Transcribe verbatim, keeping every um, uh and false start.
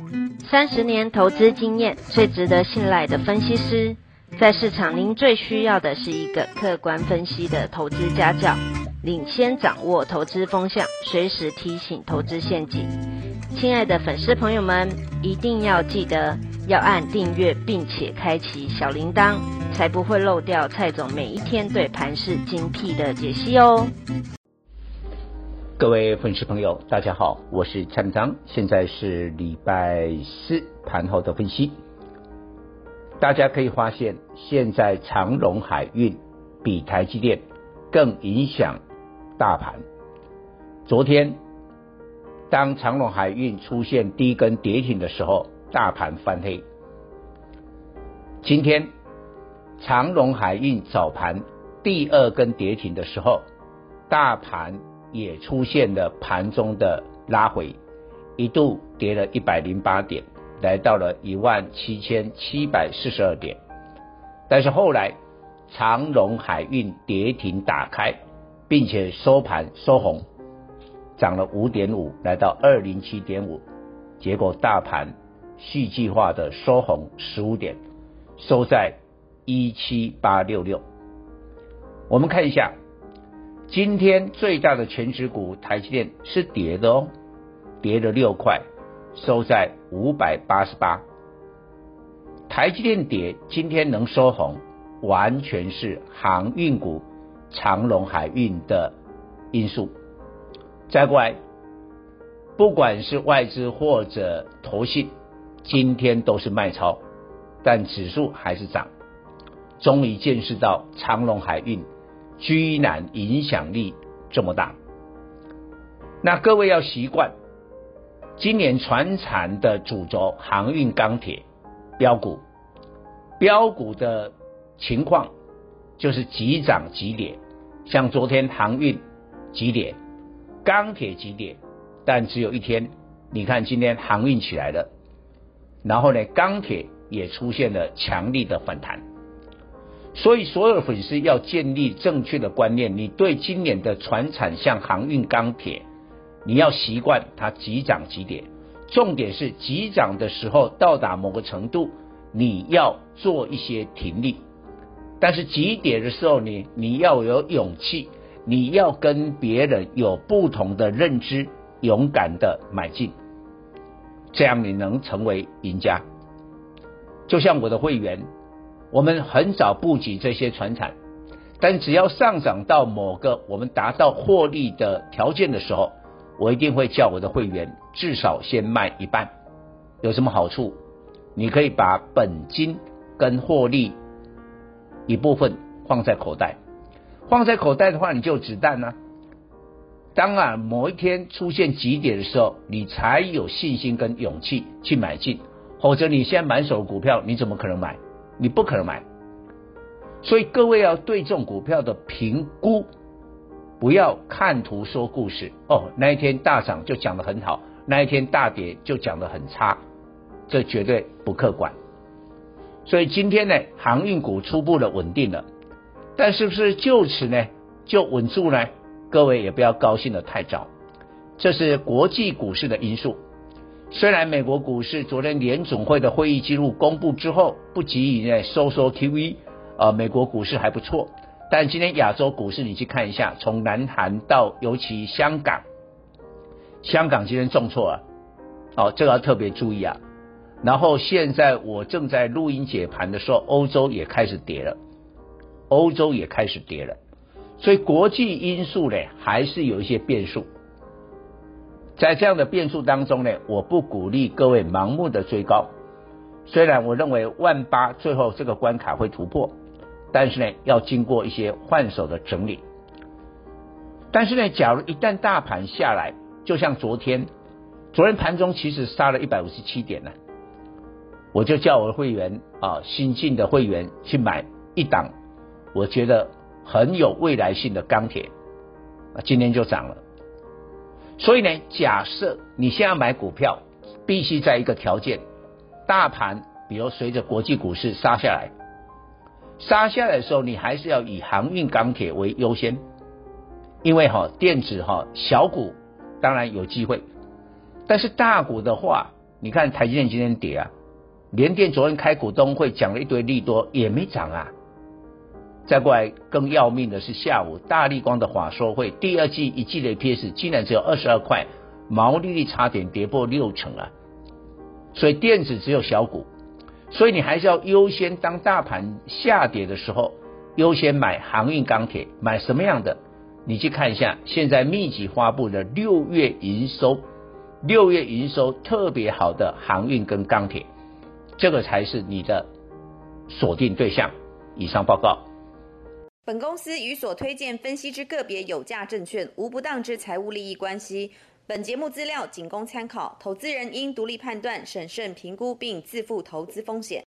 三十年投资经验，最值得信赖的分析师。在市场，您最需要的是一个客观分析的投资家教，领先掌握投资风向，随时提醒投资陷阱。亲爱的粉丝朋友们，一定要记得要按订阅，并且开启小铃铛，才不会漏掉蔡总每一天对盘势精辟的解析哦。 各位粉丝朋友，大家好，我是蔡明章，现在是礼拜四盘后的分析。大家可以发现，现在长荣海运比台积电更影响大盘。昨天当长荣海运出现第一根跌停的时候，大盘翻黑。今天长荣海运早盘第二根跌停的时候，大盘也出现了盘中的拉回，一度跌了一百零八点，来到了一万七千七百四十二点。但是后来长荣海运跌停打开，并且收盘收红，涨了 五点五， 来到 二零七点五， 结果大盘戏剧化的收红十五点，收在一七八六六。我们看一下今天最大的全指股台积电是跌的哦，跌了六块，收在五百八十八。台积电跌，今天能收红，完全是航运股长荣海运的因素。再过来，不管是外资或者投信，今天都是卖超，但指数还是涨，终于见识到长荣海运居然影响力这么大。那各位要习惯，今年传产的主轴航运钢铁标股，标股的情况就是急涨急跌，像昨天航运急跌，钢铁急跌，但只有一天，你看今天航运起来了，然后呢钢铁也出现了强力的反弹。所以所有的粉丝要建立正确的观念，你对今年的传产像航运钢铁，你要习惯它急涨急跌，重点是急涨的时候到达某个程度，你要做一些停利，但是急跌的时候你你要有勇气，你要跟别人有不同的认知，勇敢的买进，这样你能成为赢家。就像我的会员，我们很早布局这些传产，但只要上涨到某个我们达到获利的条件的时候，我一定会叫我的会员至少先卖一半。有什么好处？你可以把本金跟获利一部分放在口袋，放在口袋的话你就有子弹啊。当然某一天出现急跌的时候，你才有信心跟勇气去买进，否则你现在满手股票你怎么可能买？你不可能买。所以各位要对这种股票的评估，不要看图说故事哦，那一天大涨就讲得很好，那一天大跌就讲得很差，这绝对不客观。所以今天呢，航运股初步的稳定了，但是不是就此呢就稳住呢？各位也不要高兴得太早，这是国际股市的因素。虽然美国股市昨天联总会的会议记录公布之后，不急于呢收缩 Q E， 呃，美国股市还不错，但今天亚洲股市你去看一下，从南韩到尤其香港，香港今天重挫了，哦，这个要特别注意啊。然后现在我正在录音解盘的时候，欧洲也开始跌了，欧洲也开始跌了，所以国际因素呢还是有一些变数。在这样的变数当中呢，我不鼓励各位盲目的追高，虽然我认为万八最后这个关卡会突破，但是呢要经过一些换手的整理。但是呢假如一旦大盘下来，就像昨天昨天盘中其实杀了一百五十七点呢，我就叫我的会员啊，新进的会员去买一档我觉得很有未来性的钢铁，啊，今天就涨了。所以呢，假设你现在买股票，必须在一个条件，大盘比如随着国际股市杀下来，杀下来的时候，你还是要以航运钢铁为优先，因为哈电子哈小股当然有机会，但是大股的话， 你看台积电今天跌啊，联电昨天开股东会讲了一堆利多，也没涨啊。再过来更要命的是下午大立光的法说会，第二季一季的 E P S 竟然只有二十二块，毛利率差点跌破六成啊。所以电子只有小股，所以你还是要优先当大盘下跌的时候，优先买航运钢铁。买什么样的？你去看一下现在密集发布的六月营收，六月营收特别好的航运跟钢铁，这个才是你的锁定对象。以上报告。 本公司与所推荐分析之个别有价证券无不当之财务利益关系。本节目资料仅供参考，投资人应独立判断、审慎评估并自负投资风险。